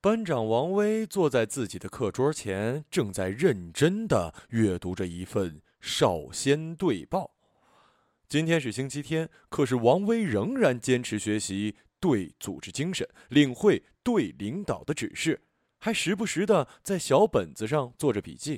班长王威坐在自己的课桌前，正在认真地阅读着一份少先队报。今天是星期天，可是王威仍然坚持学习队组织精神，领会队领导的指示，还时不时地在小本子上做着笔记。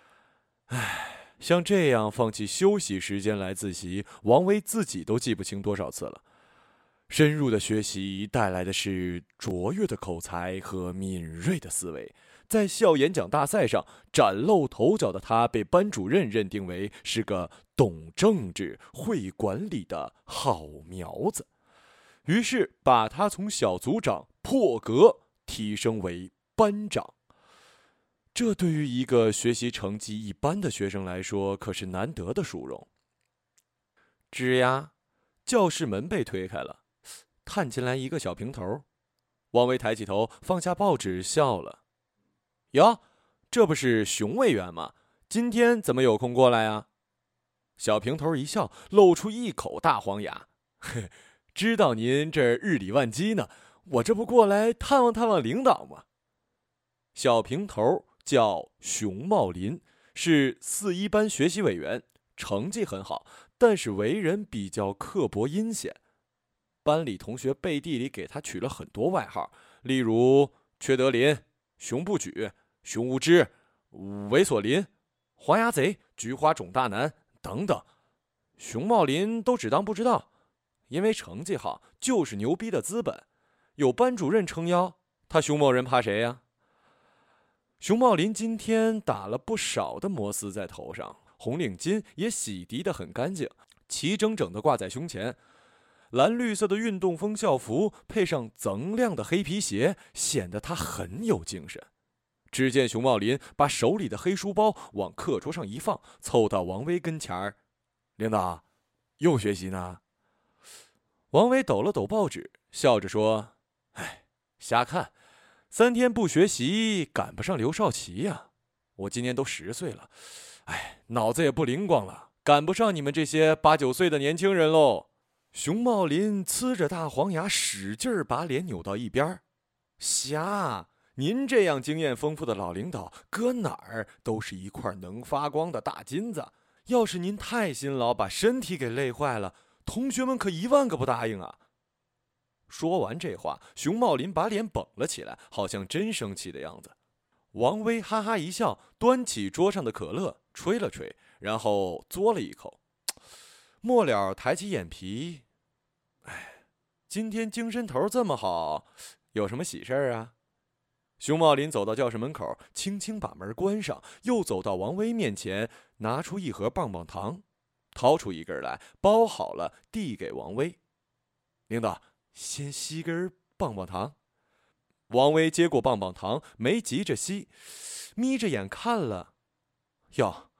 像这样放弃休息时间来自习，王威自己都记不清多少次了。深入的学习带来的是卓越的口才和敏锐的思维。在校演讲大赛上崭露头角的他，被班主任认定为是个懂政治、会管理的好苗子，于是把他从小组长破格提升为班长。这对于一个学习成绩一般的学生来说，可是难得的殊荣。吱呀，教室门被推开了，探进来一个小平头。王威抬起头，放下报纸，笑了。哟，这不是熊委员吗？今天怎么有空过来啊？小平头一笑，露出一口大黄牙。知道您这日理万机呢，我这不过来探望探望领导吗？小平头叫熊茂林，是4·1班学习委员，成绩很好，但是为人比较刻薄阴险。班里同学背地里给他取了很多外号，例如缺德林、熊不举、熊无知、猥琐林、黄牙贼、菊花种大男等等。熊茂林都只当不知道，因为成绩好就是牛逼的资本，有班主任撑腰，他熊某人怕谁呀？熊茂林今天打了不少的摩丝在头上，红领巾也洗涤得很干净，齐整整地挂在胸前。蓝绿色的运动风校服配上锃亮的黑皮鞋，显得他很有精神。只见熊茂林把手里的黑书包往课桌上一放，凑到王威跟前儿：“领导，又学习呢？”王威抖了抖报纸，笑着说：“瞎看，3天不学习，赶不上刘少奇呀。我今年都10岁了，脑子也不灵光了，赶不上你们这些8、9岁的年轻人喽。”熊茂林呲着大黄牙，使劲把脸扭到一边。瞎！您这样经验丰富的老领导，搁哪儿都是一块能发光的大金子。要是您太辛劳，把身体给累坏了，同学们可10000个不答应啊！说完这话，熊茂林把脸绷了起来，好像真生气的样子。王威哈哈一笑，端起桌上的可乐，吹了吹，然后嘬了一口。末了抬起眼皮，今天精神头这么好，有什么喜事儿啊？熊茂林走到教室门口，轻轻把门关上，又走到王威面前，拿出一盒棒棒糖，掏出一根来，包好了，递给王威。领导，先吸根棒棒糖。王威接过棒棒糖，没急着吸，眯着眼看了。哟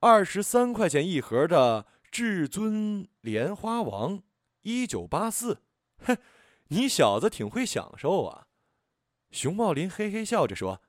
，23块钱一盒的至尊莲花王1984，你小子挺会享受啊。熊茂林嘿嘿笑着说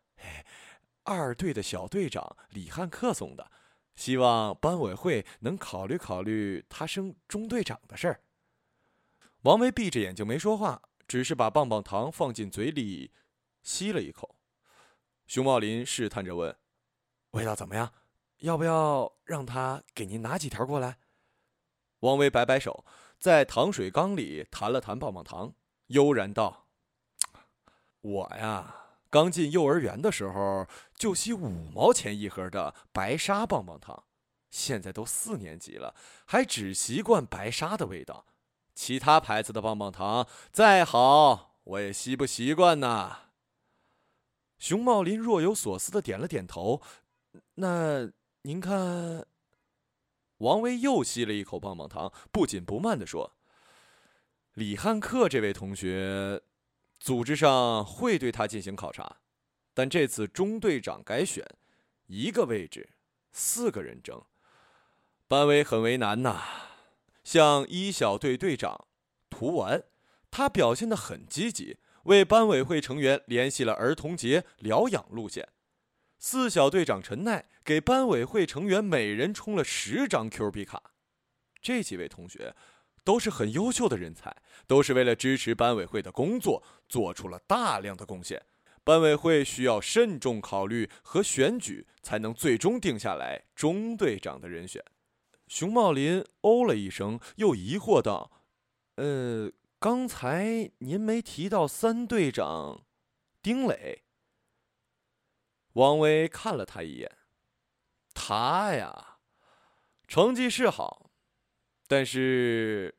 ：“2队的小队长李汉克送的，希望班委会能考虑考虑他升中队长的事儿。”王威闭着眼睛没说话，只是把棒棒糖放进嘴里吸了一口。熊茂林试探着问：“味道怎么样？要不要让他给您拿几条过来？”王威摆摆手，在糖水缸里弹了弹棒棒糖，悠然道：“我呀，刚进幼儿园的时候就吸5毛钱一盒的白沙棒棒糖，现在都4年级了，还只习惯白沙的味道。其他牌子的棒棒糖再好，我也吸不习惯呢。”熊茂林若有所思地点了点头：“那您看……”王威又吸了一口棒棒糖，不紧不慢地说：“李汉克这位同学，组织上会对他进行考察，但这次中队长改选，1个位置4个人争，班委很为难呐。像1小队队长涂完，他表现得很积极，为班委会成员联系了儿童节疗养路线。4小队长陈奈给班委会成员每人充了10张 Q 币卡。这几位同学都是很优秀的人才，都是为了支持班委会的工作做出了大量的贡献。 班委会需要慎重考虑和选举，才能最终定下来中队长的人选。熊茂林哦了一声，又疑惑道：“刚才您没提到三队长丁磊？”王威看了他一眼，他呀，成绩是好，但是……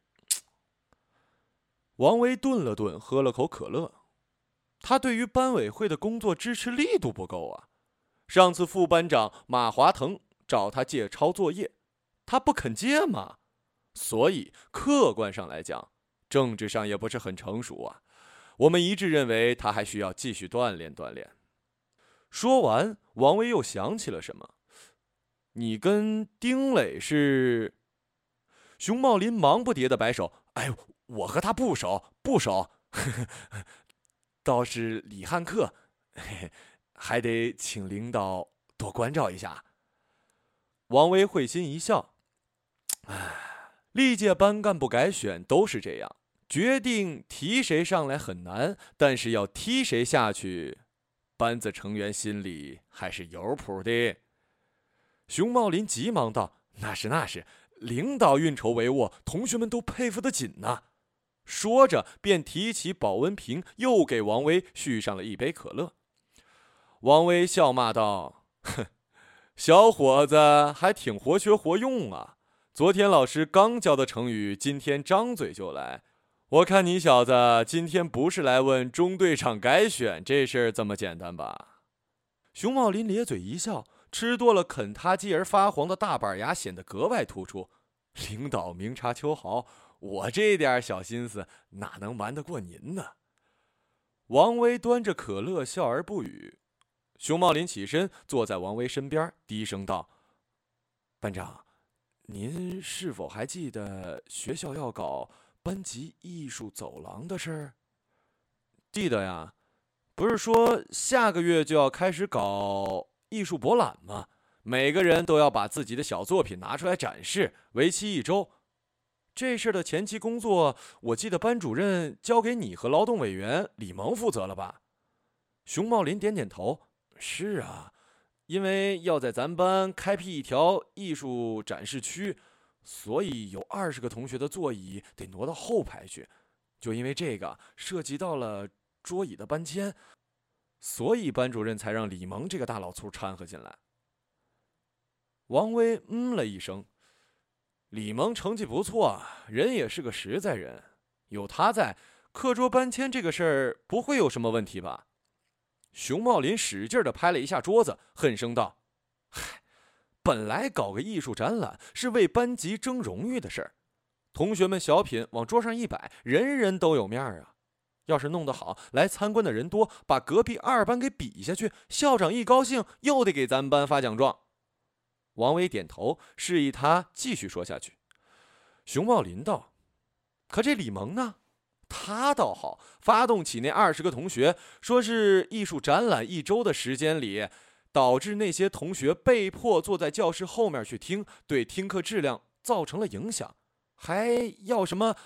王威顿了顿，喝了口可乐。他对于班委会的工作支持力度不够啊。上次副班长马华腾找他借抄作业，他不肯借嘛，所以客观上来讲，政治上也不是很成熟啊。我们一致认为他还需要继续锻炼锻炼。说完，王威又想起了什么：“你跟丁磊是？”熊茂林忙不迭的摆手：“哎，我和他不熟，不熟。倒是李汉克，还得请领导多关照一下。”王威会心一笑：“历届班干部改选都是这样，决定提谁上来很难，但是要踢谁下去，班子成员心里还是有谱的。”熊茂林急忙道：“那是，领导运筹帷幄，同学们都佩服得紧呐。”说着便提起保温瓶，又给王威续上了一杯可乐。王威笑骂道：“哼，小伙子还挺活学活用啊！昨天老师刚教的成语，今天张嘴就来。我看你小子今天不是来问中队长改选这事儿这么简单吧？”熊茂林咧嘴一笑，吃多了肯塔基而发黄的大板牙显得格外突出。领导明察秋毫，我这点小心思哪能瞒得过您呢？王威端着可乐笑而不语。熊茂林起身坐在王威身边，低声道：“班长，您是否还记得学校要搞班级艺术走廊的事儿？”“记得呀，不是说下个月就要开始搞艺术博览吗？每个人都要把自己的小作品拿出来展示，为期1周。这事的前期工作，我记得班主任交给你和劳动委员李萌负责了吧？”熊茂林点点头：“是啊，因为要在咱班开辟一条艺术展示区，所以有20个同学的座椅得挪到后排去。就因为这个涉及到了桌椅的搬迁，所以班主任才让李萌这个大老粗掺和进来。”王威了一声：“李萌成绩不错，人也是个实在人，有他在，课桌搬迁这个事儿不会有什么问题吧？”熊茂林使劲地拍了一下桌子，恨声道：“嗨，本来搞个艺术展览是为班级争荣誉的事儿，同学们小品往桌上一摆，人人都有面啊。要是弄得好，来参观的人多，把隔壁2班给比下去，校长一高兴又得给咱们班发奖状。”王威点头，示意他继续说下去。熊茂林道：“可这李萌呢？他倒好，发动起那20个同学，说是艺术展览1周的时间里，导致那些同学被迫坐在教室后面去听，对听课质量造成了影响，还要什么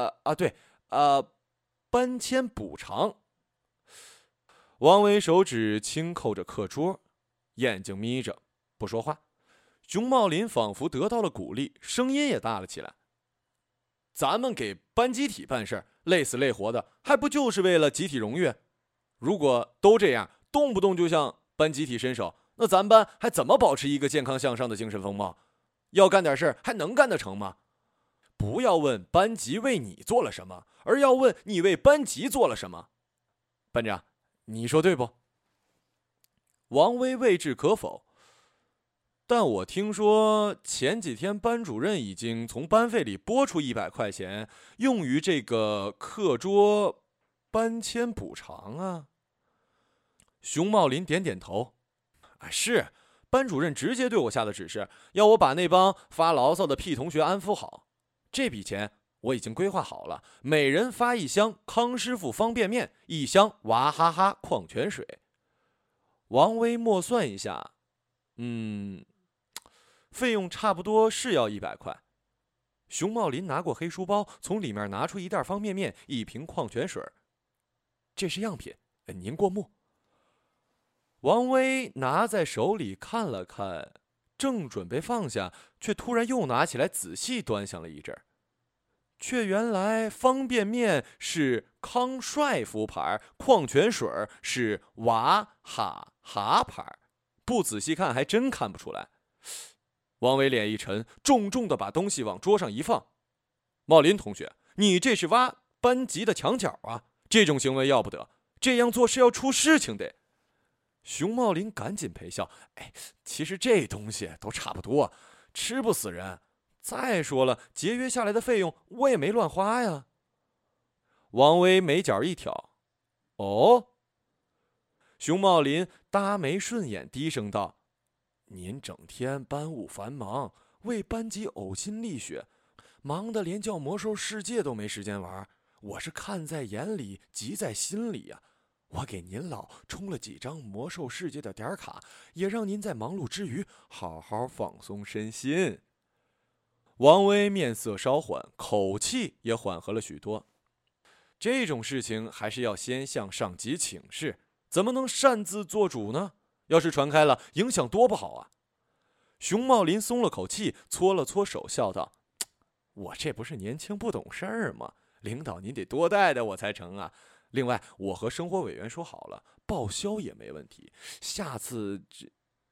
搬迁补偿。”王威手指轻扣着课桌，眼睛眯着，不说话。熊茂林仿佛得到了鼓励，声音也大了起来：“咱们给班集体办事，累死累活的，还不就是为了集体荣誉？如果都这样，动不动就向班集体伸手，那咱班还怎么保持一个健康向上的精神风貌？要干点事还能干得成吗？不要问班级为你做了什么，而要问你为班级做了什么。班长，你说对不？”王威未置可否，但我听说前几天班主任已经从班费里拨出100块钱，用于这个课桌搬迁补偿啊。熊茂林点点头：“是，班主任直接对我下的指示，要我把那帮发牢骚的屁同学安抚好。这笔钱我已经规划好了，每人发1箱康师傅方便面，1箱娃哈哈矿泉水。”王威默算一下，费用差不多是要100块。熊茂林拿过黑书包，从里面拿出1袋方便面，1瓶矿泉水。“这是样品，您过目。” 王威拿在手里看了看，正准备放下，却突然又拿起来仔细端详了一阵，却原来方便面是康帅夫牌，矿泉水是娃哈哈牌，不仔细看还真看不出来。王威脸一沉，重重地把东西往桌上一放。茂林同学，你这是挖班级的墙角啊，这种行为要不得，这样做是要出事情的。熊茂林赶紧陪笑，其实这东西都差不多，吃不死人。再说了，节约下来的费用我也没乱花呀。王威眉角一挑，哦。熊茂林搭眉顺眼，低声道：“您整天班务繁忙，为班级呕心沥血，忙得连叫魔兽世界都没时间玩。我是看在眼里，急在心里呀。我给您老充了几张魔兽世界的点卡，也让您在忙碌之余好好放松身心。”王威面色稍缓，口气也缓和了许多。这种事情还是要先向上级请示，怎么能擅自做主呢？要是传开了，影响多不好啊！熊茂林松了口气，搓了搓手，笑道：“我这不是年轻不懂事儿吗？领导您得多带带我才成啊！另外，我和生活委员说好了，报销也没问题。下次这……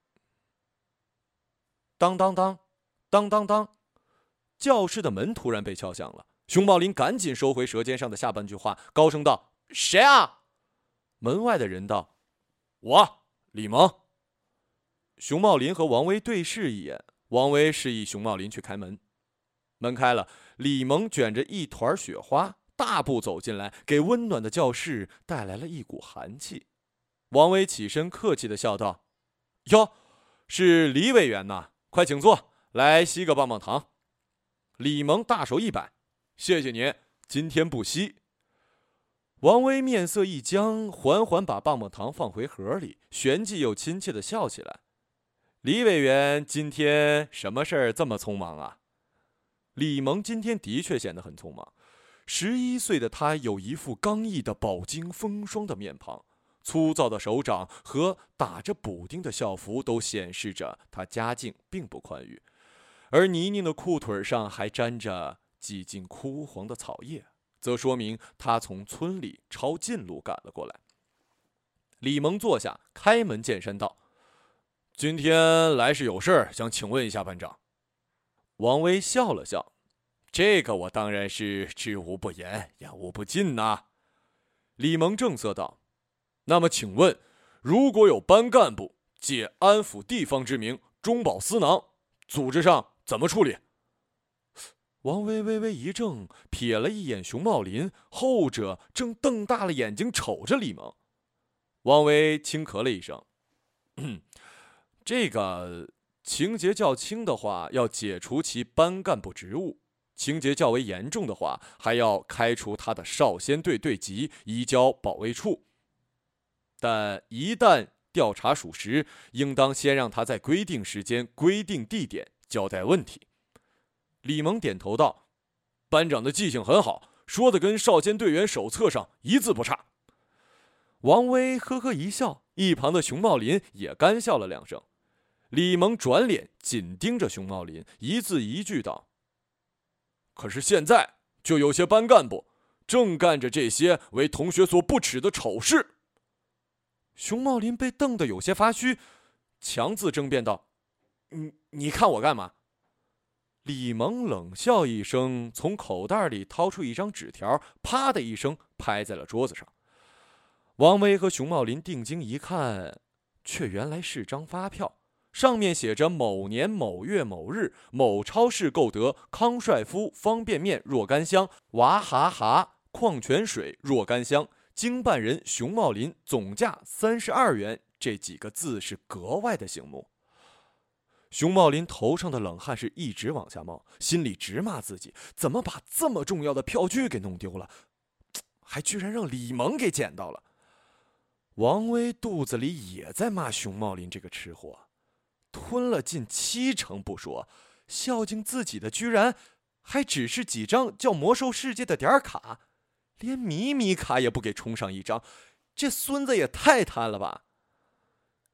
当当当，当当当！”教室的门突然被敲响了，熊茂林赶紧收回舌尖上的下半句话，高声道：“谁啊？”门外的人道：“我，李萌。”熊茂林和王威对视一眼，王威示意熊茂林去开门。门开了，李萌卷着一团雪花，大步走进来，给温暖的教室带来了一股寒气。王威起身客气地笑道：“哟，是李委员呐，快请坐，来吸个棒棒糖。”李萌大手一摆：“谢谢您，今天不吸。”王威面色一僵，缓缓把棒棒糖放回盒里，旋即又亲切地笑起来：“李委员今天什么事儿这么匆忙啊？”李萌今天的确显得很匆忙。11岁的他有一副刚毅的饱经风霜的面庞，粗糙的手掌和打着补丁的校服都显示着他家境并不宽裕，而泥泞的裤腿上还沾着几近枯黄的草叶，则说明他从村里抄近路赶了过来。李萌坐下，开门见山道：“今天来是有事想请问一下班长。”王威笑了笑：“这个我当然是知无不言，言无不尽呐。”李萌正色道：“那么请问，如果有班干部借安抚地方之名中饱私囊，组织上怎么处理？”王威微微一怔，瞥了一眼熊茂林，后者正瞪大了眼睛瞅着李萌。王威轻咳了一声：“这个情节较轻的话，要解除其班干部职务；情节较为严重的话，还要开除他的少先队队籍，移交保卫处。但一旦调查属实，应当先让他在规定时间、规定地点交代问题。”李萌点头道：“班长的记性很好，说的跟少先队员手册上一字不差。”王威呵呵一笑，一旁的熊茂林也干笑了两声。李萌转脸紧盯着熊茂林，一字一句道：“可是现在就有些班干部正干着这些为同学所不耻的丑事。”熊茂林被瞪得有些发虚，强自争辩道：“你看我干嘛？”李萌冷笑一声，从口袋里掏出一张纸条，啪的一声拍在了桌子上。王威和熊茂林定睛一看，却原来是张发票，上面写着某年某月某日某超市购得康帅夫方便面若干箱，娃哈哈矿泉水若干箱，经办人熊茂林，总价32元，这几个字是格外的醒目。熊茂林头上的冷汗是一直往下冒，心里直骂自己怎么把这么重要的票据给弄丢了，还居然让李萌给捡到了。王威肚子里也在骂熊茂林这个吃货，吞了近70%不说，孝敬自己的居然还只是几张叫魔兽世界的点卡，连米米卡也不给充上一张，这孙子也太贪了吧！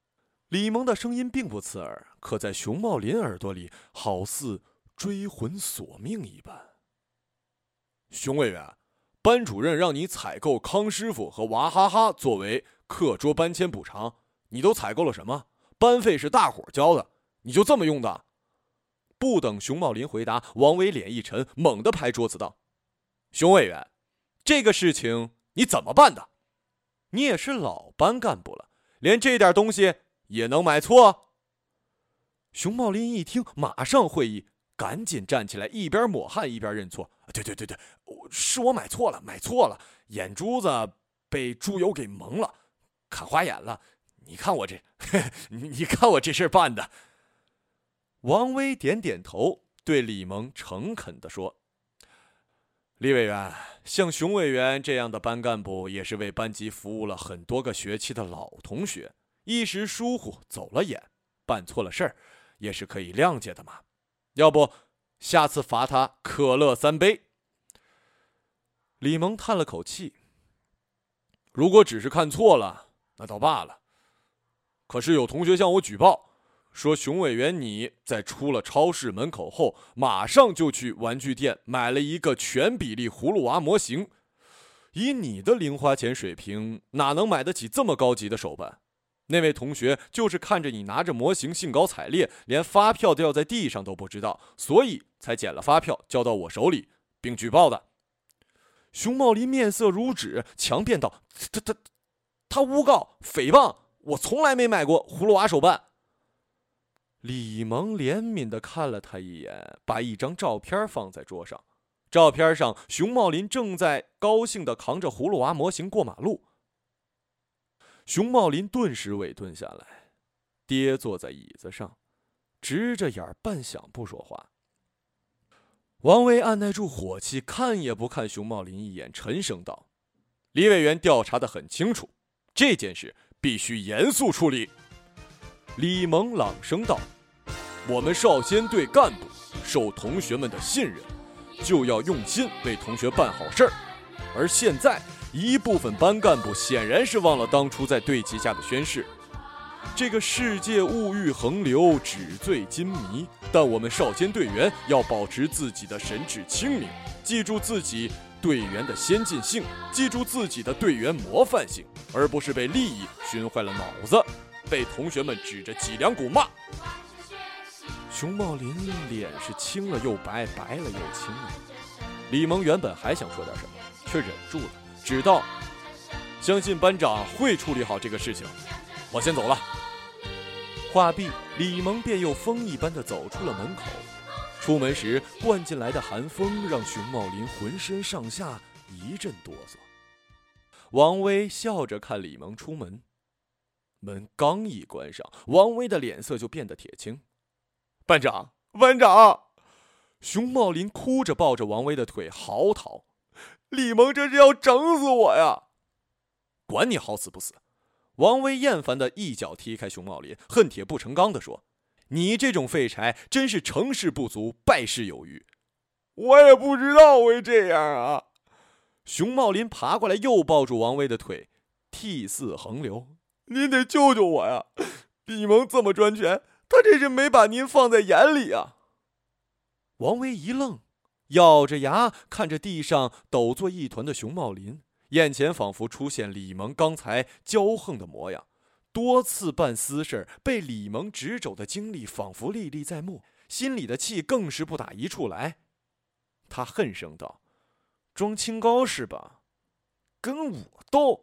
李蒙的声音并不刺耳，可在熊茂林耳朵里好似追魂索命一般。熊委员，班主任让你采购康师傅和娃哈哈作为课桌搬迁补偿，你都采购了什么？班费是大伙交的，你就这么用的？不等熊茂林回答，王维脸一沉，猛地拍桌子道：熊委员，这个事情你怎么办的？你也是老班干部了，连这点东西也能买错？熊茂林一听，马上会意，赶紧站起来，一边抹汗一边认错：对，是我买错了，眼珠子被猪油给蒙了，看花眼了。你看我这你看我这事办的。王威点点头，对李蒙诚恳地说：李委员，像熊委员这样的班干部，也是为班级服务了很多个学期的老同学，一时疏忽走了眼，办错了事儿，也是可以谅解的嘛。要不下次罚他可乐3杯。李蒙叹了口气：如果只是看错了，那倒罢了。可是有同学向我举报，说熊委员你在出了超市门口后，马上就去玩具店买了一个全比例葫芦娃模型。以你的零花钱水平，哪能买得起这么高级的手办？那位同学就是看着你拿着模型兴高采烈，连发票掉在地上都不知道，所以才捡了发票交到我手里，并举报的。熊茂林面色如纸，强辩道：他诬告诽谤，我从来没买过葫芦娃手办。李蒙怜悯地看了他一眼，把一张照片放在桌上。照片上，熊茂林正在高兴地扛着葫芦娃模型过马路。熊茂林顿时委顿下来，跌坐在椅子上，直着眼半晌不说话。王维按耐住火气，看也不看熊茂林一眼，沉声道：李委员调查得很清楚，这件事必须严肃处理。李蒙朗声道：我们少先队干部受同学们的信任，就要用心为同学办好事儿，而现在一部分班干部显然是忘了当初在队旗下的宣誓。这个世界物欲横流，纸醉金迷，但我们少先队员要保持自己的神志清明，记住自己队员的先进性，记住自己的队员模范性，而不是被利益熏坏了脑子，被同学们指着脊梁骨骂。熊茂林脸是青了又白，白了又青了。李蒙原本还想说点什么，却忍住了，只道：相信班长会处理好这个事情，我先走了。话毕，李蒙便又风一般地走出了门口。出门时灌进来的寒风让熊茂林浑身上下一阵哆嗦。王威笑着看李蒙出门，门刚一关上，王威的脸色就变得铁青。班长！熊茂林哭着抱着王威的腿嚎啕：李蒙这是要整死我呀！管你好死不死！王威厌烦地一脚踢开熊茂林，恨铁不成钢地说：你这种废柴真是成事不足，败事有余。我也不知道会这样啊！熊茂林爬过来又抱住王威的腿，涕泗横流：您得救救我呀！李蒙这么专权，他这是没把您放在眼里啊！王威一愣，咬着牙看着地上抖作一团的熊茂林，眼前仿佛出现李蒙刚才骄横的模样，多次办私事被李蒙指肘的经历仿佛历历在目，心里的气更是不打一处来。他恨声道：装清高是吧？跟我斗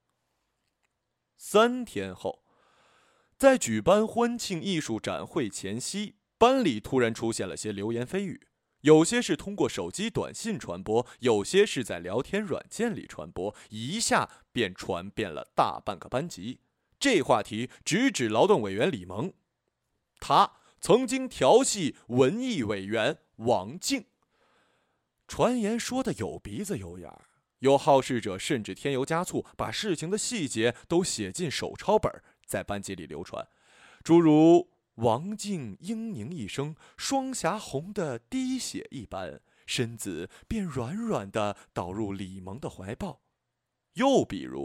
！3天后，在举办欢庆艺术展会前夕，班里突然出现了些流言蜚语，有些是通过手机短信传播，有些是在聊天软件里传播，一下便传遍了大半个班级。这话题直指劳动委员李蒙，他曾经调戏文艺委员王静。传言说的有鼻子有眼儿，有好事者甚至添油加醋，把事情的细节都写进手抄本，在班级里流传，诸如王静嘤咛一声，双颊红得滴血一般，身子便软软地倒入李蒙的怀抱。又比如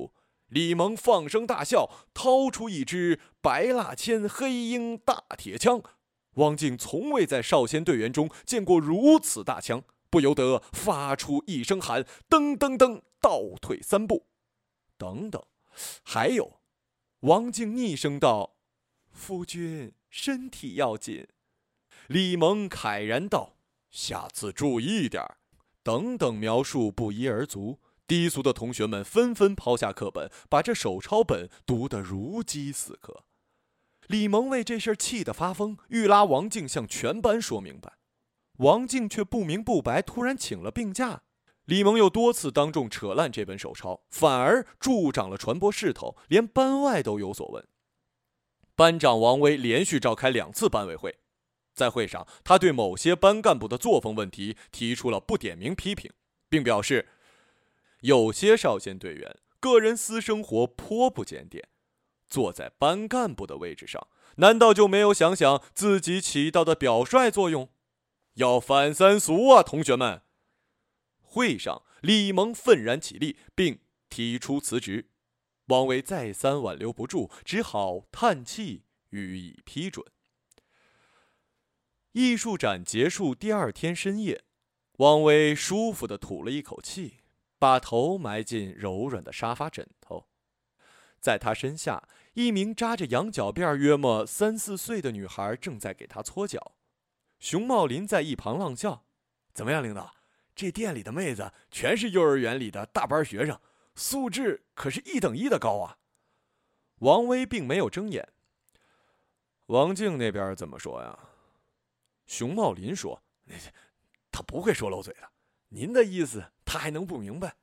李蒙放声大笑，掏出一支白蜡铅黑鹰大铁枪。王静从未在少先队员中见过如此大枪，不由得发出一声喊：噔噔噔，倒退3步。等等，还有，王静厉声道：夫君身体要紧。李蒙慨然道：下次注意点。等等描述不一而足，低俗的同学们纷纷抛下课本，把这手抄本读得如饥似渴。李蒙为这事儿气得发疯，欲拉王静向全班说明白。王静却不明不白，突然请了病假。李蒙又多次当众扯烂这本手抄，反而助长了传播势头，连班外都有所闻。班长王威连续召开2次班委会，在会上，他对某些班干部的作风问题提出了不点名批评，并表示有些少先队员个人私生活颇不检点，坐在班干部的位置上，难道就没有想想自己起到的表率作用？要反三俗啊，同学们！会上，李蒙愤然起立，并提出辞职。王维再三挽留不住，只好叹气予以批准。艺术展结束第2天深夜，王维舒服地吐了一口气，把头埋进柔软的沙发枕头。在他身下，一名扎着羊角辫约莫3、4岁的女孩正在给他搓脚。熊茂林在一旁浪笑：怎么样，领导？这店里的妹子全是幼儿园里的大班学生，素质可是1等1的高啊。王威并没有睁眼。王静那边怎么说呀？熊茂林说：他不会说漏嘴的，您的意思他还能不明白？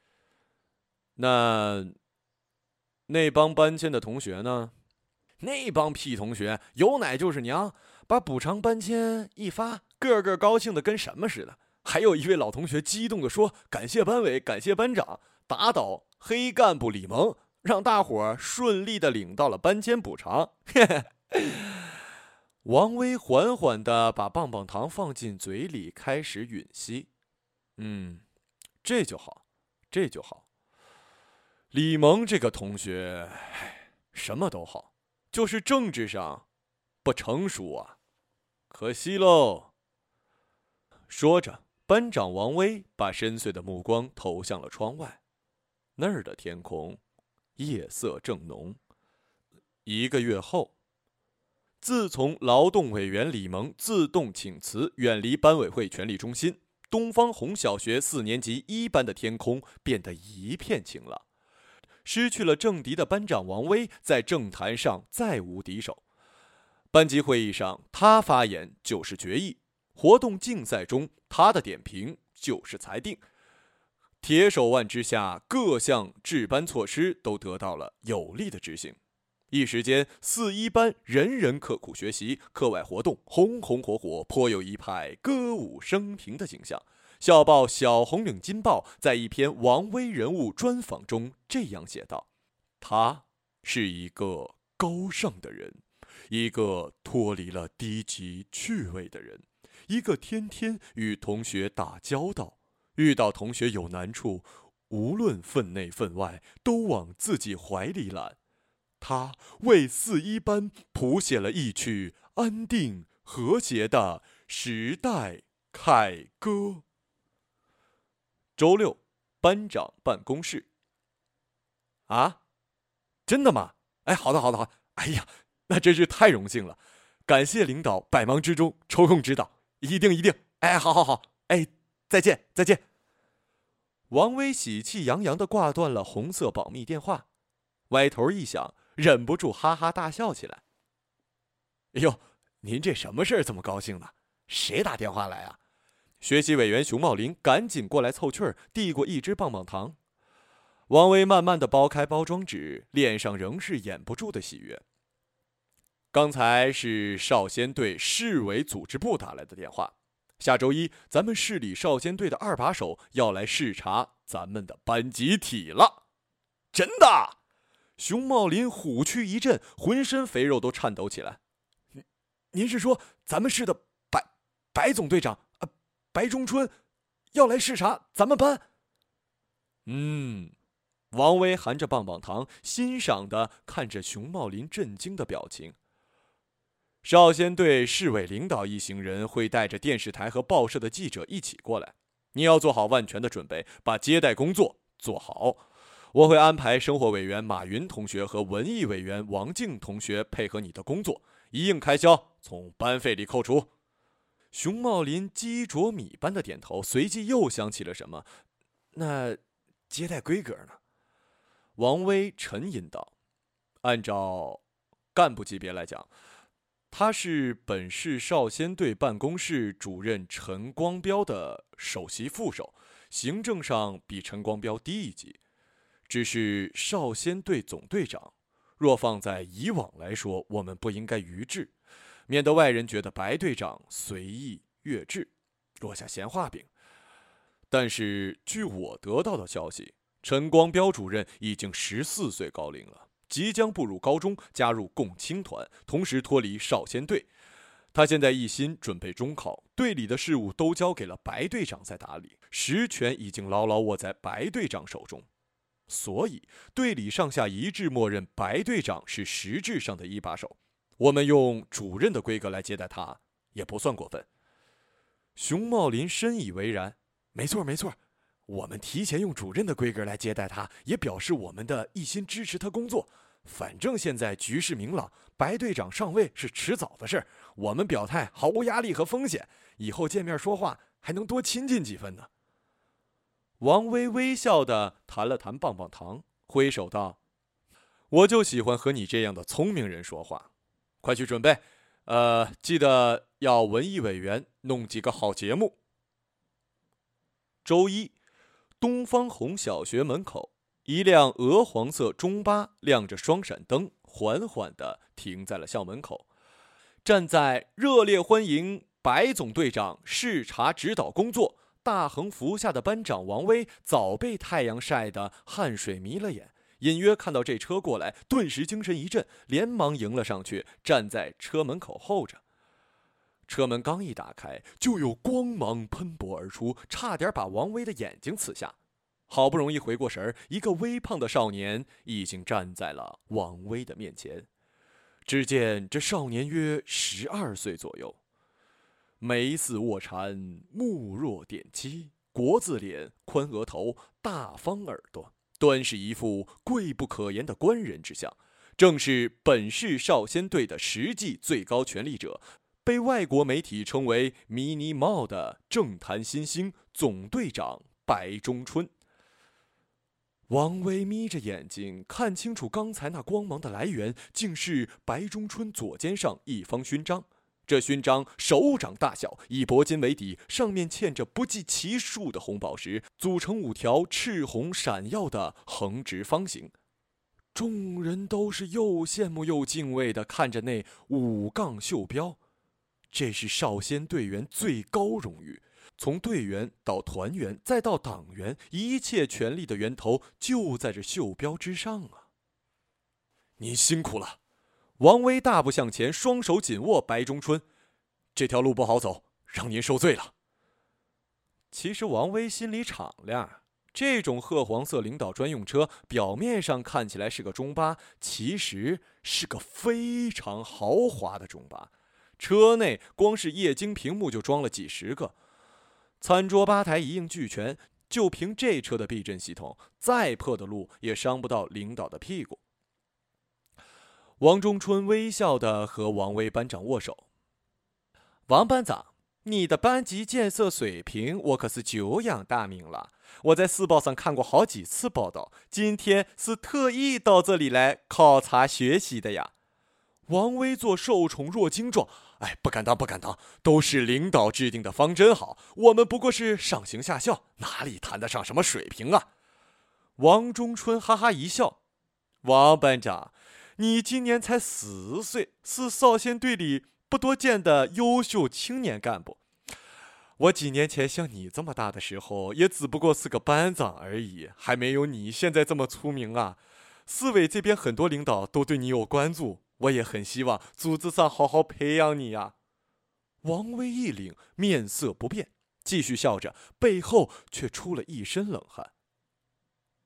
那帮搬迁的同学呢？那帮屁同学有奶就是娘，把补偿搬迁一发，个个高兴的跟什么似的。还有一位老同学激动地说：感谢班委，感谢班长，打倒黑干部李蒙，让大伙顺利地领到了搬迁补偿。王威缓缓地把棒棒糖放进嘴里，开始吮吸。这就好，这就好。李蒙这个同学，什么都好，就是政治上不成熟啊，可惜喽。说着，班长王威把深邃的目光投向了窗外，那儿的天空夜色正浓。1个月后，自从劳动委员李蒙自动请辞，远离班委会权力中心，东方红小学4年级1班的天空变得一片晴朗。失去了政敌的班长王威在政坛上再无敌手。班级会议上，他发言就是决议；活动竞赛中，他的点评就是裁定。铁手腕之下，各项治班措施都得到了有力的执行。一时间，4、1班人人刻苦学习，课外活动红红火火，颇有一派歌舞升平的景象。校报《小红领金报》在一篇王威人物专访中这样写道：他是一个高尚的人，一个脱离了低级趣味的人，一个天天与同学打交道，遇到同学有难处，无论分内分外，都往自己怀里揽。他为4、1班谱写了一曲安定和谐的时代凯歌。周6，班长办公室。啊，真的吗？好的好的好，哎呀，那真是太荣幸了，感谢领导百忙之中抽空指导，一定，好好好，再见再见。王威喜气洋洋地挂断了红色保密电话，歪头一想，忍不住哈哈大笑起来。哎呦，您这什么事儿这么高兴呢？谁打电话来啊？学习委员熊茂林赶紧过来凑趣儿，递过一支棒棒糖。王威慢慢地剥开包装纸，脸上仍是掩不住的喜悦。刚才是少先队市委组织部打来的电话，下周1咱们市里少先队的2把手要来视察咱们的班集体了。真的？熊茂林虎躯一震，浑身肥肉都颤抖起来。您是说咱们市的白总队长白中春要来视察咱们班？ 王威含着棒棒糖，欣赏地看着熊茂林震惊的表情。少先队市委领导一行人会带着电视台和报社的记者一起过来，你要做好万全的准备，把接待工作做好。我会安排生活委员马云同学和文艺委员王静同学配合你的工作，一应开销从班费里扣除。熊茂林鸡啄米般的点头，随即又想起了什么。那接待规格呢？王威沉吟道：按照干部级别来讲，他是本市少先队办公室主任陈光标的首席副手，行政上比陈光标低一级，只是少先队总队长。若放在以往来说，我们不应该逾制，免得外人觉得白队长随意越制，落下闲话柄。但是据我得到的消息，陈光标主任已经14岁高龄了，即将步入高中，加入共青团，同时脱离少先队。他现在一心准备中考，队里的事务都交给了白队长在打理，实权已经牢牢握在白队长手中。所以队里上下一致默认白队长是实质上的一把手，我们用主任的规格来接待他，也不算过分。熊茂林深以为然，没错，我们提前用主任的规格来接待他，也表示我们的一心支持他工作。反正现在局势明朗，白队长上位是迟早的事，我们表态毫无压力和风险，以后见面说话还能多亲近几分呢。王威微笑地弹了弹棒棒糖，挥手道：我就喜欢和你这样的聪明人说话，快去准备，记得要文艺委员弄几个好节目。周一，东方红小学门口，一辆鹅黄色中巴亮着双闪灯，缓缓地停在了校门口。站在热烈欢迎白总队长视察指导工作大横幅下的班长王威早被太阳晒得汗水迷了眼，隐约看到这车过来，顿时精神一振，连忙迎了上去，站在车门口候着。车门刚一打开，就有光芒喷薄而出，差点把王威的眼睛刺瞎。好不容易回过神儿，一个微胖的少年已经站在了王威的面前。只见这少年约12岁左右，眉似卧蚕，目若点漆，国字脸，宽额头，大方耳朵，端是一副贵不可言的官人之相，正是本市少先队的实际最高权力者，被外国媒体称为迷你帽的政坛新星总队长白中春。王威眯着眼睛，看清楚刚才那光芒的来源，竟是白中春左肩上一方勋章。这勋章手掌大小，以铂金为底，上面嵌着不计其数的红宝石，组成5条赤红闪耀的横直方形。众人都是又羡慕又敬畏地看着那5杠袖标，这是少先队员最高荣誉。从队员到团员再到党员，一切权力的源头就在这袖标之上啊！您辛苦了。王威大步向前，双手紧握白中春，这条路不好走，让您受罪了。其实王威心里敞亮，这种褐黄色领导专用车表面上看起来是个中巴，其实是个非常豪华的中巴。车内光是液晶屏幕就装了几十个，餐桌吧台一应俱全，就凭这车的避震系统，再破的路也伤不到领导的屁股。王中春微笑地和王威班长握手。王班长，你的班级建设水平我可是久仰大名了，我在四报上看过好几次报道，今天是特意到这里来考察学习的呀。王威做受宠若惊状，不敢当，都是领导制定的方针好，我们不过是上行下效，哪里谈得上什么水平啊？王中春哈哈一笑，王班长，你今年才10岁，是少先队里不多见的优秀青年干部。我几年前像你这么大的时候，也只不过是个班长而已，还没有你现在这么出名啊。市委这边很多领导都对你有关注，我也很希望组织上好好培养你呀。王威一凛，面色不变，继续笑着，背后却出了一身冷汗。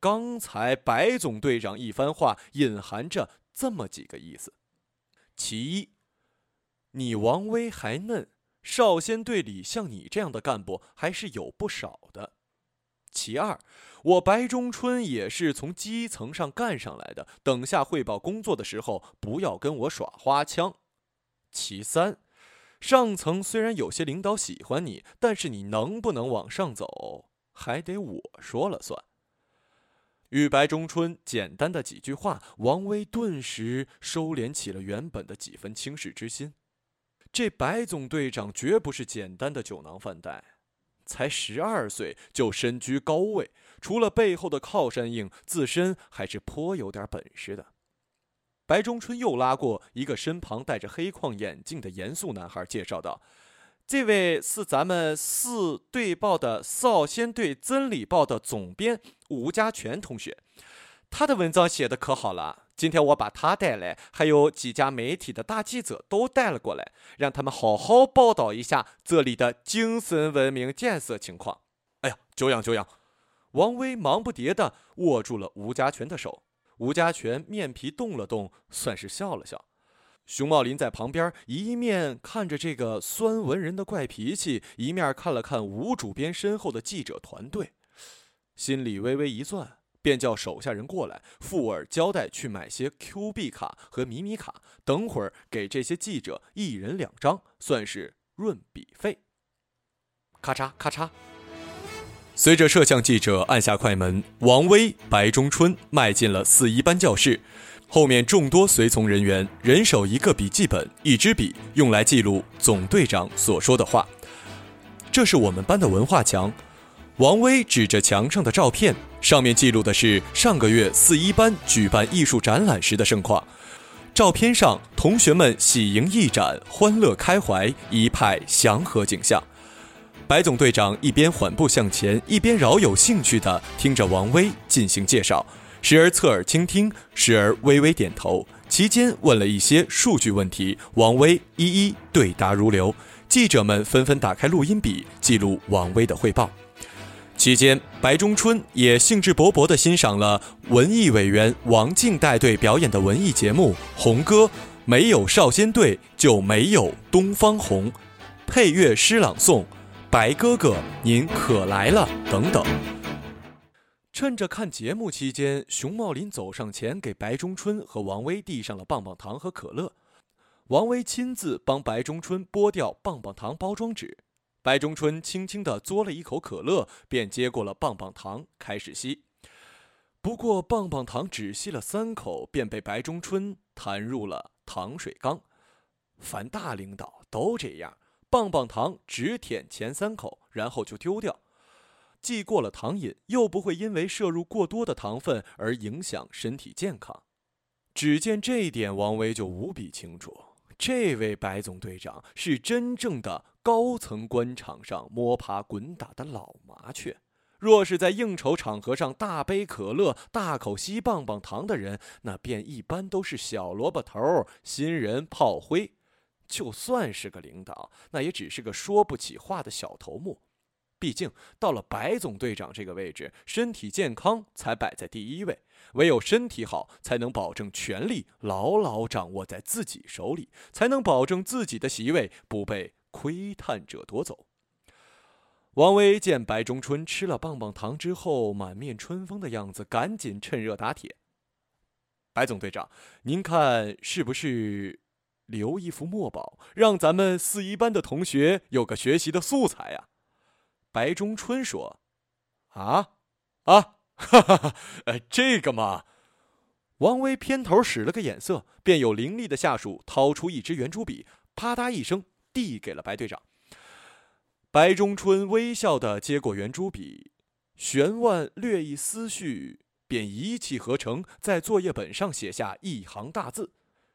刚才白总队长一番话隐含着这么几个意思：其一，你王威还嫩，少先队里像你这样的干部还是有不少的。其二，我白中春也是从基层上干上来的，等下汇报工作的时候不要跟我耍花枪。其三，上层虽然有些领导喜欢你，但是你能不能往上走，还得我说了算。与白中春简单的几句话，王威顿时收敛起了原本的几分轻视之心。这白总队长绝不是简单的酒囊饭袋，才12岁就身居高位，除了背后的靠山硬，自身还是颇有点本事的。白中春又拉过一个身旁戴着黑框眼镜的严肃男孩，介绍道：“这位是咱们市队报的少先队真理报的总编吴家全同学，他的文章写得可好了。今天我把他带来，还有几家媒体的大记者都带了过来，让他们好好报道一下这里的精神文明建设情况。”哎呀，久仰久仰！王威忙不迭地握住了吴家全的手。吴家全面皮动了动，算是笑了笑。熊茂林在旁边一面看着这个酸文人的怪脾气，一面看了看吴主编身后的记者团队，心里微微一攥，便叫手下人过来，附耳交代去买些 Q 币卡和迷你卡，等会儿给这些记者一人2张，算是润笔费。咔嚓咔嚓，随着摄像记者按下快门，王威、白中春迈进了4一班教室。后面众多随从人员人手一个笔记本、一支笔，用来记录总队长所说的话。这是我们班的文化墙。王威指着墙上的照片，上面记录的是上个月4一班举办艺术展览时的盛况。照片上，同学们喜迎一展，欢乐开怀，一派祥和景象。白总队长一边缓步向前，一边饶有兴趣地听着王威进行介绍，时而侧耳倾听，时而微微点头。期间问了一些数据问题，王威一一对答如流。记者们纷纷打开录音笔记录王威的汇报。期间，白中春也兴致勃勃地欣赏了文艺委员王静带队表演的文艺节目《红歌》，没有少先队就没有东方红，配乐诗朗诵，白哥哥您可来了等等。趁着看节目期间，熊茂林走上前给白中春和王威递上了棒棒糖和可乐。王威亲自帮白中春剥掉棒棒糖包装纸，白中春轻轻地嘬了一口可乐，便接过了棒棒糖开始吸。不过棒棒糖只吸了3口，便被白中春弹入了糖水缸。凡大领导都这样，棒棒糖只舔前3口，然后就丢掉。既过了糖瘾，又不会因为摄入过多的糖分而影响身体健康。只见这一点，王威就无比清楚。这位白总队长是真正的高层官场上摸爬滚打的老麻雀。若是在应酬场合上大杯可乐、大口吸棒棒糖的人，那便一般都是小萝卜头、新人炮灰。就算是个领导，那也只是个说不起话的小头目。毕竟到了白总队长这个位置，身体健康才摆在第一位，唯有身体好，才能保证权力牢牢掌握在自己手里，才能保证自己的席位不被窥探者夺走。王威见白中春吃了棒棒糖之后满面春风的样子，赶紧趁热打铁：“白总队长，您看是不是留一幅墨宝，让咱们4一班的同学有个学习的素材呀？”白中春说：“哈哈，这个嘛。”王威偏头使了个眼色，便有伶俐的下属掏出一支圆珠笔，啪嗒一声递给了白队长。白中春微笑地接过圆珠笔，旋腕略一思绪，便一气呵成，在作业本上写下一行大字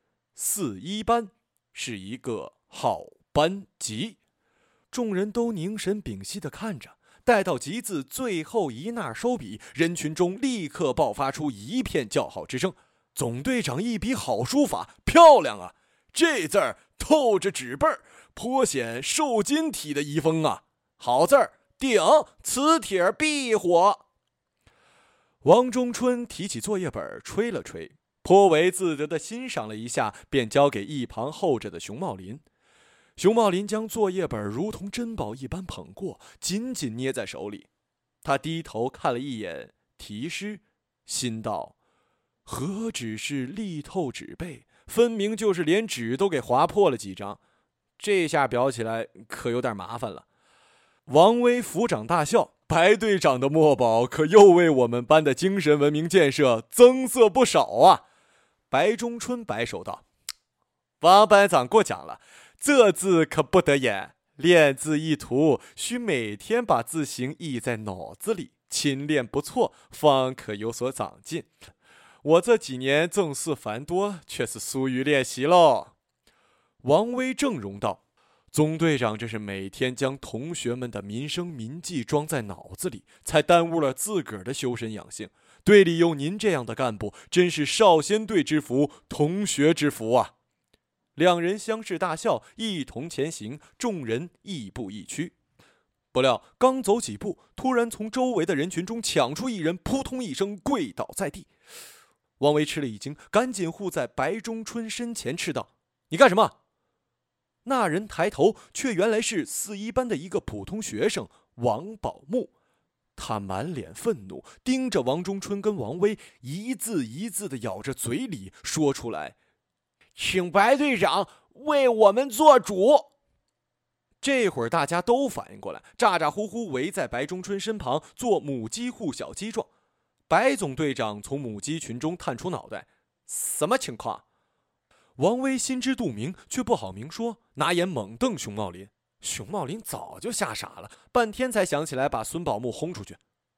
：4一班是一个好班级。众人都凝神屏息地看着，待到集字最后一捺收笔，人群中立刻爆发出一片叫好之声。总队长一笔好书法，漂亮啊！这字儿透着纸背儿，颇显瘦金体的遗风啊！好字儿，顶，磁铁必火。 王中春提起作业本吹了吹，颇为自得地欣赏了一下，便交给一旁候着的熊茂林。熊茂林将作业本如同珍宝一般捧过，紧紧捏在手里。他低头看了一眼题诗，心道：何止是力透纸背，分明就是连纸都给划破了几张。这下裱起来可有点麻烦了。王威抚掌大笑，白队长的墨宝可又为我们班的精神文明建设增色不少啊。白中春摆手道：王班长过奖了，这字可不得演，练字意图需每天把字形忆在脑子里，勤练不错，方可有所长进。我这几年正事繁多，却是疏于练习喽。王威正容道：总队长这是每天将同学们的民生民计装在脑子里，才耽误了自个儿的修身养性。队里有您这样的干部，真是少先队之福，同学之福啊。两人相视大笑，一同前行，众人亦步亦趋。不料刚走几步，突然从周围的人群中抢出一人，扑通一声跪倒在地。王维吃了一惊，赶紧护在白中春身前斥道：你干什么？那人抬头，却原来是四一班的一个普通学生王宝木。他满脸愤怒，盯着王中春跟王威，一字一字地咬着嘴里说出来：请白队长为我们做主。这会儿大家都反应过来，咋咋呼呼围在白中春身旁做母鸡护小鸡状。白总队长从母鸡群中探出脑袋：什么情况？王威心知肚明，却不好明说，拿眼猛瞪熊茂林。熊茂林早就吓傻了，半天才想起来把孙宝木轰出去。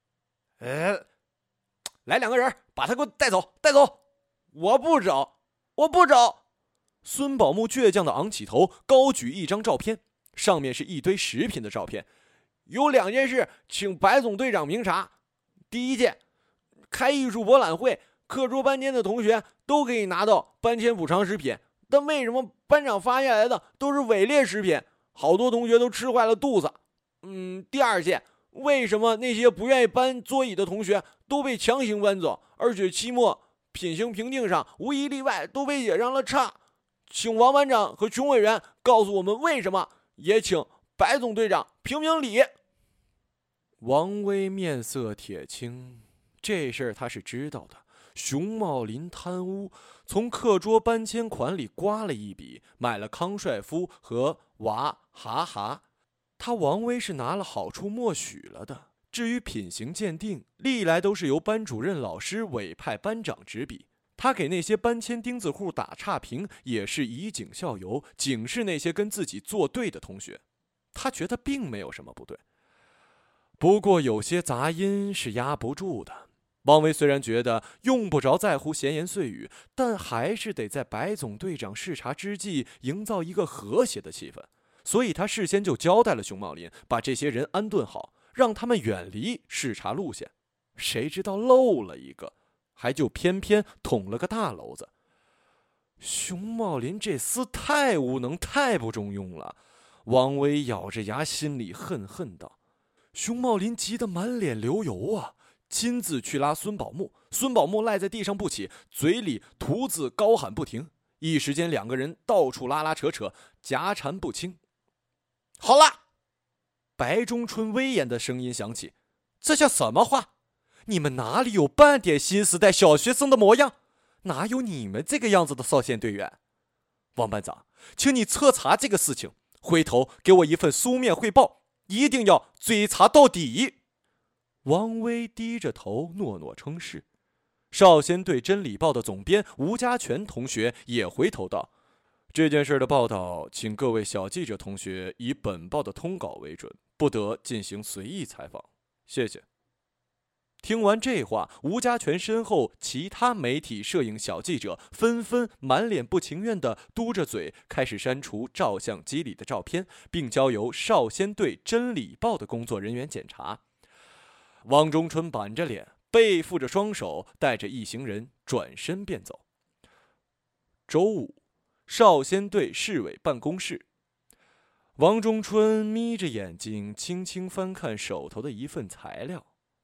来2个人，把他给我带走，带走！我不走，我不走！孙宝木倔强地昂起头，高举一张照片，上面是一堆食品的照片。有2件事，请白总队长明察。第一件，开艺术博览会，课桌班间的同学都可以拿到搬迁补偿食品，但为什么班长发下来的都是伪劣食品？好多同学都吃坏了肚子。第二件，为什么那些不愿意搬桌椅的同学都被强行搬走，而且期末品行评定上无一例外都被写上了差？请王班长和熊委员告诉我们为什么，也请白总队长评评理。王威面色铁青，这事儿他是知道的。熊茂林贪污，从课桌搬迁款里刮了一笔，买了康帅夫和娃哈哈。他王威是拿了好处默许了的。至于品行鉴定，历来都是由班主任老师委派班长执笔。他给那些搬迁钉子户打差评，也是以儆效尤，警示那些跟自己作对的同学。他觉得并没有什么不对。不过有些杂音是压不住的。王维虽然觉得用不着在乎闲言碎语，但还是得在白总队长视察之际营造一个和谐的气氛，所以他事先就交代了熊茂林，把这些人安顿好，让他们远离视察路线。谁知道漏了一个，还就偏偏捅了个大娄子。熊茂林这厮太无能，太不中用了。王维咬着牙，心里恨恨道。熊茂林急得满脸流油啊，亲自去拉孙宝木。孙宝木赖在地上不起，嘴里徒自高喊不停。一时间2个人到处拉拉扯扯，夹缠不清。好了！白中春威严的声音响起：这叫什么话？你们哪里有半点心思带小学生的模样？哪有你们这个样子的少先队员？王班长，请你彻查这个事情，回头给我一份书面汇报，一定要追查到底。王威低着头诺诺称是。少先队真理报的总编吴家全同学也回头道：这件事的报道，请各位小记者同学以本报的通稿为准，不得进行随意采访，谢谢。听完这话，吴家全身后其他媒体摄影小记者纷纷满脸不情愿地嘟着嘴，开始删除照相机里的照片，并交由少先队真理报的工作人员检查。汪中春板着脸，背负着双手，带着一行人转身便走。周五，少先队市委办公室，王中春眯着眼睛轻轻翻看手头的一份材料。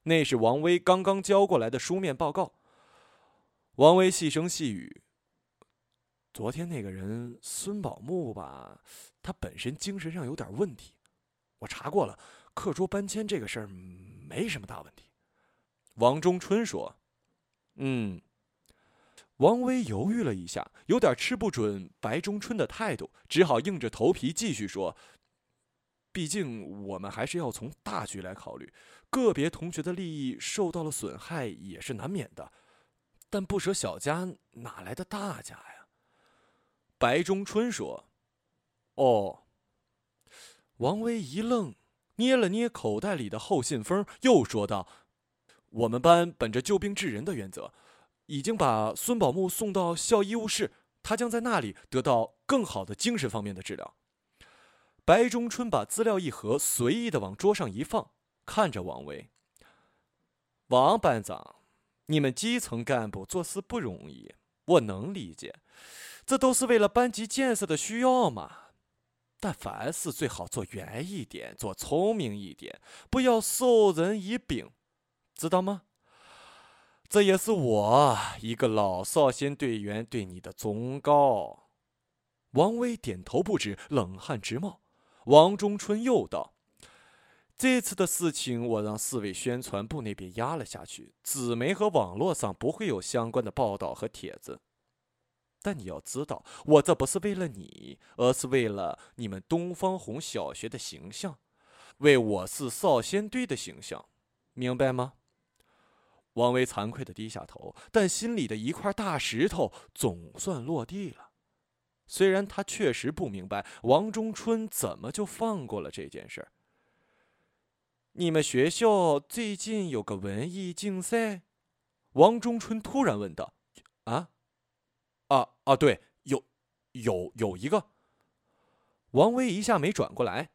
那是王威刚刚交过来的书面报告。王威细声细语：“昨天那个人孙宝木吧，他本身精神上有点问题。我查过了，课桌搬迁这个事儿没什么大问题。”王中春说：“王威犹豫了一下，有点吃不准白中春的态度，只好硬着头皮继续说：“毕竟我们还是要从大局来考虑，个别同学的利益受到了损害也是难免的，但不舍小家哪来的大家呀？”白中春说：“哦。”王威一愣，捏了捏口袋里的厚信封，又说道：“我们班本着救病治人的原则，已经把孙宝木送到校医务室，他将在那里得到更好的精神方面的治疗。”白中春把资料一盒随意的往桌上一放，看着王威：“王班长，你们基层干部做事不容易，我能理解，这都是为了班级建设的需要嘛。但凡事最好做圆一点，做聪明一点，不要授人以柄，知道吗？这也是我一个老少先队员对你的忠告。”王威点头不止，冷汗直冒。王中春又道：“这次的事情我让市委宣传部那边压了下去，纸媒和网络上不会有相关的报道和帖子。但你要知道，我这不是为了你，而是为了你们东方红小学的形象，为我市少先队的形象，明白吗？”王威惭愧地低下头，但心里的一块大石头总算落地了。虽然他确实不明白王中春怎么就放过了这件事儿。“你们学校最近有个文艺竞赛？”王中春突然问道。对，有一个。”王威一下没转过来。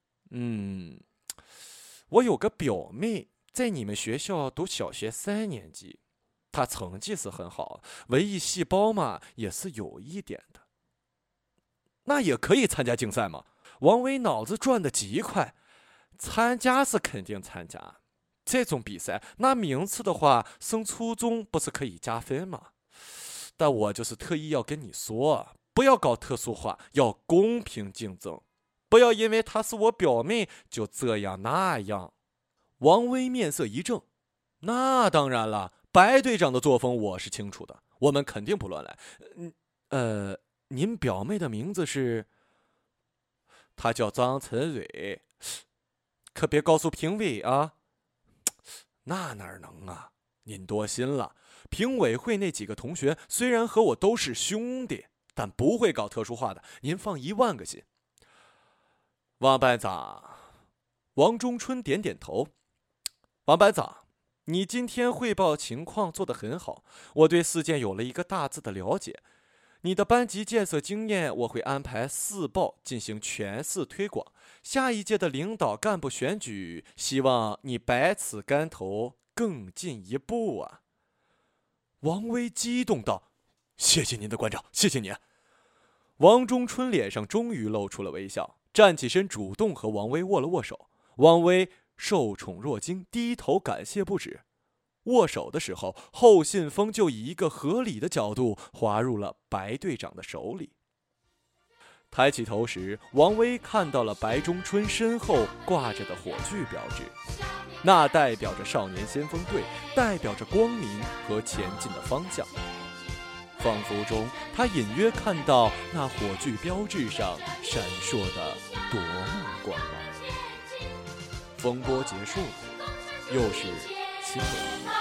我有个表妹在你们学校读小学3年级，她成绩是很好，文艺细胞嘛也是有一点的。”“那也可以参加竞赛吗？”王威脑子转得极快。“参加是肯定参加，这种比赛拿名次的话，升初中不是可以加分吗？但我就是特意要跟你说，不要搞特殊化，要公平竞争，不要因为她是我表妹就这样那样。”王威面色一正：“那当然了，白队长的作风我是清楚的，我们肯定不乱来。您表妹的名字是？”“她叫张晨蕊，可别告诉评委啊。”“那哪能啊，您多心了。评委会那几个同学虽然和我都是兄弟，但不会搞特殊化的，您放10000个心。”“王班长。”王中春点点头。“王班长，你今天汇报情况做得很好，我对事件有了一个大致的了解。你的班级建设经验，我会安排市报进行全市推广。下一届的领导干部选举，希望你百尺竿头更进一步啊！”王威激动道：“谢谢您的关照，谢谢您。”王中春脸上终于露出了微笑，站起身主动和王威握了握手。王威受宠若惊，低头感谢不止。握手的时候，厚信封就以一个合理的角度滑入了白队长的手里。抬起头时，王威看到了白中春身后挂着的火炬标志，那代表着少年先锋队，代表着光明和前进的方向。仿佛中，他隐约看到那火炬标志上闪烁的夺目光芒。风波结束，又是新的一天。